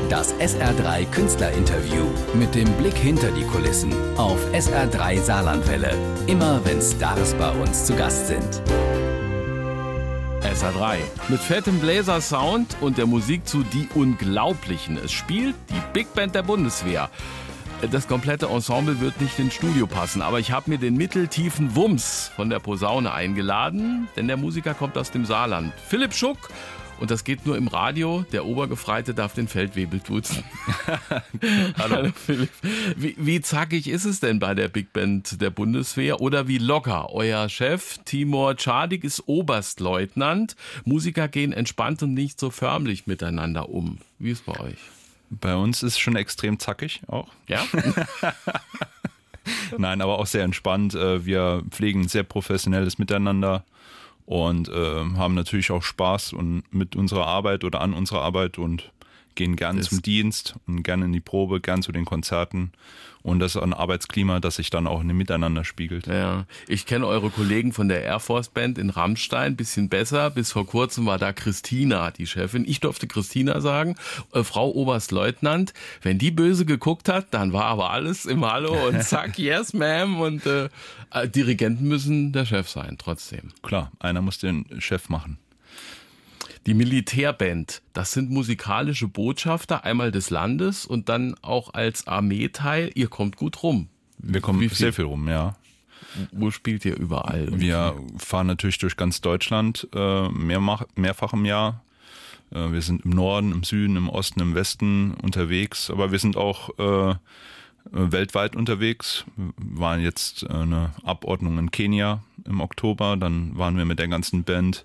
Das SR3 Künstlerinterview mit dem Blick hinter die Kulissen auf SR3 Saarlandwelle. Immer wenn Stars bei uns zu Gast sind. SR3 mit fettem Bläser-Sound und der Musik zu Die Unglaublichen. Es spielt die Big Band der Bundeswehr. Das komplette Ensemble wird nicht ins Studio passen, aber ich habe mir den mitteltiefen Wumms von der Posaune eingeladen, denn der Musiker kommt aus dem Saarland. Philipp Schuck. Und das geht nur im Radio. Der Obergefreite darf den Feldwebel duzen. Hallo Philipp. Wie zackig ist es denn bei der Big Band der Bundeswehr? Oder wie locker? Euer Chef Timur Cadik ist Oberstleutnant. Musiker gehen entspannt und nicht so förmlich miteinander um. Wie ist es bei euch? Bei uns ist es schon extrem zackig auch. Ja? Nein, aber auch sehr entspannt. Wir pflegen ein sehr professionelles Miteinander. Und haben natürlich auch Spaß und mit unserer Arbeit oder an unserer Arbeit und gehen gerne zum Dienst und gerne in die Probe, gern zu den Konzerten. Und das ist ein Arbeitsklima, das sich dann auch in dem Miteinander spiegelt. Ja, ich kenne eure Kollegen von der Air Force Band in Rammstein ein bisschen besser. Bis vor kurzem war da Christina die Chefin. Ich durfte Christina sagen, Frau Oberstleutnant. Wenn die böse geguckt hat, dann war aber alles im Hallo und zack, yes ma'am. Und Dirigenten müssen der Chef sein, trotzdem. Klar, einer muss den Chef machen. Die Militärband, das sind musikalische Botschafter, einmal des Landes und dann auch als Armeeteil. Ihr kommt gut rum. Wir kommen sehr viel rum, ja. Wo spielt ihr überall? Wir fahren natürlich durch ganz Deutschland mehrfach im Jahr. Wir sind im Norden, im Süden, im Osten, im Westen unterwegs. Aber wir sind auch weltweit unterwegs. Wir waren jetzt eine Abordnung in Kenia im Oktober. Dann waren wir mit der ganzen Band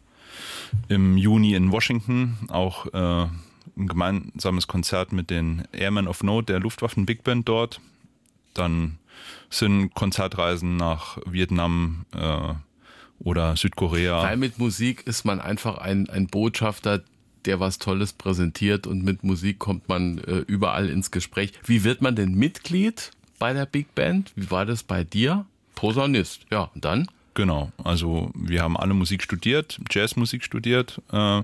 im Juni in Washington, auch ein gemeinsames Konzert mit den Airmen of Note, der Luftwaffen Big Band dort. Dann sind Konzertreisen nach Vietnam oder Südkorea. Weil mit Musik ist man einfach ein Botschafter, der was Tolles präsentiert, und mit Musik kommt man überall ins Gespräch. Wie wird man denn Mitglied bei der Big Band? Wie war das bei dir? Posaunist, ja, und dann? Genau, also wir haben alle Musik studiert, Jazzmusik studiert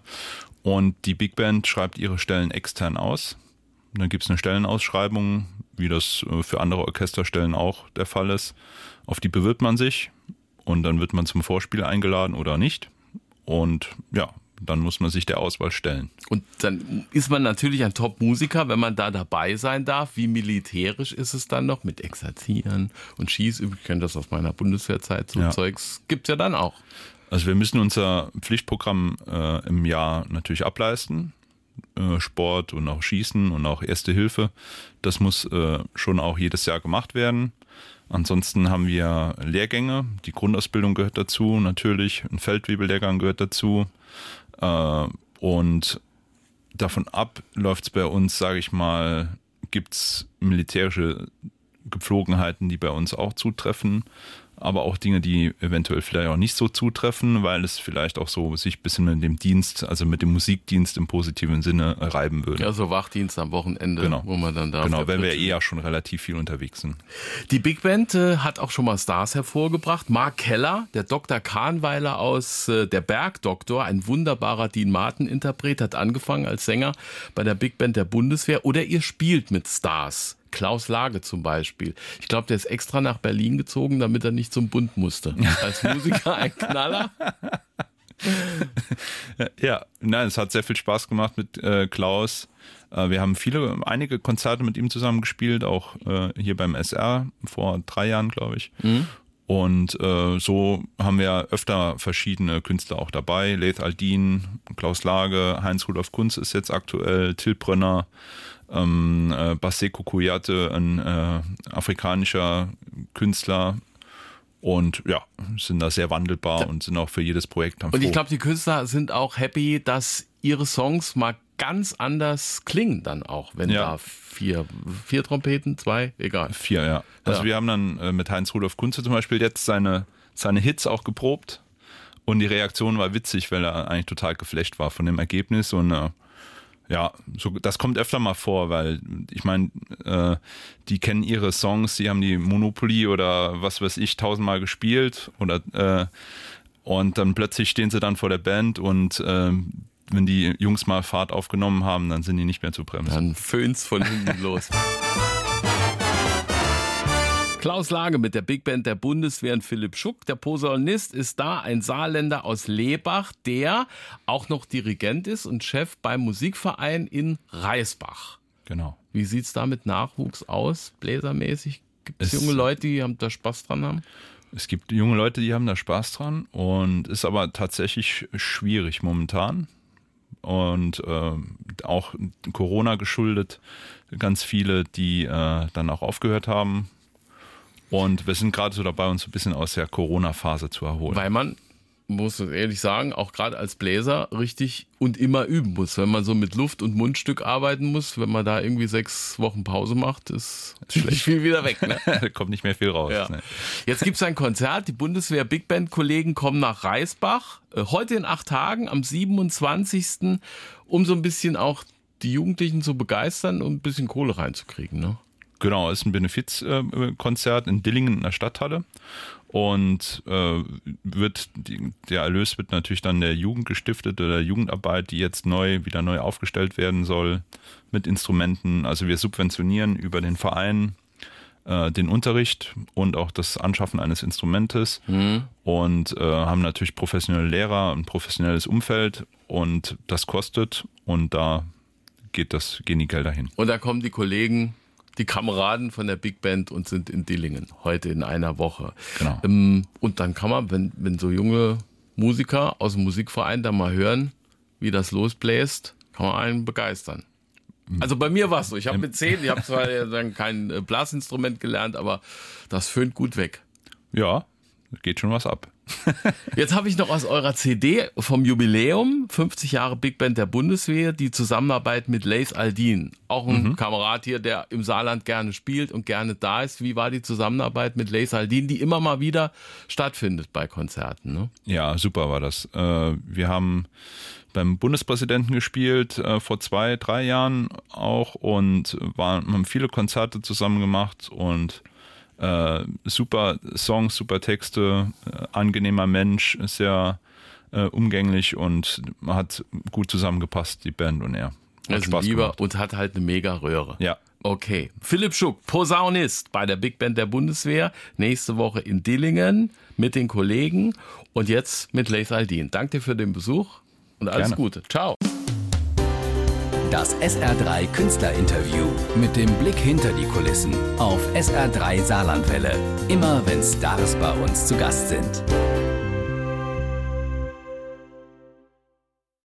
und die Big Band schreibt ihre Stellen extern aus. Dann gibt es eine Stellenausschreibung, wie das für andere Orchesterstellen auch der Fall ist. Auf die bewirbt man sich und dann wird man zum Vorspiel eingeladen oder nicht. Und ja, dann muss man sich der Auswahl stellen. Und dann ist man natürlich ein Top-Musiker, wenn man da dabei sein darf. Wie militärisch ist es dann noch mit Exerzieren und Schießübungen? Ich kenne das aus meiner Bundeswehrzeit, so Zeugs gibt's ja dann auch. Also wir müssen unser Pflichtprogramm im Jahr natürlich ableisten. Sport und auch Schießen und auch Erste Hilfe. Das muss schon auch jedes Jahr gemacht werden. Ansonsten haben wir Lehrgänge. Die Grundausbildung gehört dazu natürlich. Ein Feldwebellehrgang gehört dazu. Und davon ab läuft es bei uns, sage ich mal, gibt es militärische Gepflogenheiten, die bei uns auch zutreffen, aber auch Dinge, die eventuell vielleicht auch nicht so zutreffen, weil es vielleicht auch so sich ein bisschen mit dem Dienst, also mit dem Musikdienst im positiven Sinne reiben würde. Ja, so Wachdienst am Wochenende, genau, wo man dann da... Genau, weil wir ja schon relativ viel unterwegs sind. Die Big Band hat auch schon mal Stars hervorgebracht. Mark Keller, der Dr. Kahnweiler aus Der Bergdoktor, ein wunderbarer Dean Martin-Interpret, hat angefangen als Sänger bei der Big Band der Bundeswehr. Oder ihr spielt mit Stars. Klaus Lage zum Beispiel. Ich glaube, der ist extra nach Berlin gezogen, damit er nicht zum Bund musste. Als Musiker ein Knaller. Ja, nein, es hat sehr viel Spaß gemacht mit Klaus. Wir haben einige Konzerte mit ihm zusammen gespielt, auch hier beim SR vor 3 Jahren, glaube ich. Mhm. Und so haben wir öfter verschiedene Künstler auch dabei. Laith Al-Din, Klaus Lage, Heinz-Rudolf Kunz ist jetzt aktuell, Till Brönner, Baseko Kouyaté, ein afrikanischer Künstler, und ja, sind da sehr wandelbar und sind auch für jedes Projekt am Und ich glaube, die Künstler sind auch happy, dass ihre Songs mal ganz anders klingen dann auch, wenn da 4 Trompeten, 2, egal. 4, ja. Also wir haben dann mit Heinz-Rudolf Kunze zum Beispiel jetzt seine Hits auch geprobt, und die Reaktion war witzig, weil er eigentlich total geflasht war von dem Ergebnis, und ja, so, das kommt öfter mal vor, weil ich meine, die kennen ihre Songs, die haben die Monopoly oder was weiß ich 1000-mal gespielt, oder und dann plötzlich stehen sie dann vor der Band und wenn die Jungs mal Fahrt aufgenommen haben, dann sind die nicht mehr zu bremsen. Dann föhn's von hinten los. Klaus Lage mit der Big Band der Bundeswehr und Philipp Schuck. Der Posaunist ist da, ein Saarländer aus Lebach, der auch noch Dirigent ist und Chef beim Musikverein in Reisbach. Genau. Wie sieht's da mit Nachwuchs aus, bläsermäßig? Gibt es junge Leute, die da Spaß dran haben? Es gibt junge Leute, die haben da Spaß dran und ist aber tatsächlich schwierig momentan. Und auch Corona geschuldet, ganz viele, die dann auch aufgehört haben. Und wir sind gerade so dabei, uns ein bisschen aus der Corona-Phase zu erholen. Weil man, muss ich ehrlich sagen, auch gerade als Bläser richtig und immer üben muss. Wenn man so mit Luft- und Mundstück arbeiten muss, wenn man da irgendwie 6 Wochen Pause macht, ist schlecht viel wieder weg. Ne? Da kommt nicht mehr viel raus. Ja. Ne? Jetzt gibt es ein Konzert. Die Bundeswehr Big Band Kollegen kommen nach Reisbach. Heute in 8 Tagen, am 27. Um so ein bisschen auch die Jugendlichen zu begeistern und ein bisschen Kohle reinzukriegen. Ne? Genau, es ist ein Benefizkonzert in Dillingen in der Stadthalle und der Erlös wird natürlich dann der Jugend gestiftet oder der Jugendarbeit, die jetzt wieder neu aufgestellt werden soll mit Instrumenten. Also wir subventionieren über den Verein den Unterricht und auch das Anschaffen eines Instrumentes und haben natürlich professionelle Lehrer, ein professionelles Umfeld und das kostet und da gehen die Gelder hin. Und da kommen die Kollegen, die Kameraden von der Big Band und sind in Dillingen, heute in einer Woche. Genau. Und dann kann man, wenn so junge Musiker aus dem Musikverein da mal hören, wie das losbläst, kann man einen begeistern. Also bei mir war es so, ich habe mit 10, ich habe zwar dann kein Blasinstrument gelernt, aber das föhnt gut weg. Ja, geht schon was ab. Jetzt habe ich noch aus eurer CD vom Jubiläum, 50 Jahre Big Band der Bundeswehr, die Zusammenarbeit mit Lace Aldin. Auch ein Kamerad hier, der im Saarland gerne spielt und gerne da ist. Wie war die Zusammenarbeit mit Lace Aldin, die immer mal wieder stattfindet bei Konzerten? Ne? Ja, super war das. Wir haben beim Bundespräsidenten gespielt, vor 2-3 Jahren auch und haben viele Konzerte zusammen gemacht und super Songs, super Texte, angenehmer Mensch, sehr umgänglich und hat gut zusammengepasst, die Band und er. Hat Spaß gemacht. Und hat halt eine mega Röhre. Ja. Okay. Philipp Schuck, Posaunist bei der Big Band der Bundeswehr, nächste Woche in Dillingen mit den Kollegen und jetzt mit Lace Aldin. Danke dir für den Besuch und alles Gute. Ciao. Das SR3 Künstlerinterview mit dem Blick hinter die Kulissen auf SR3 Saarlandwelle. Immer wenn Stars bei uns zu Gast sind.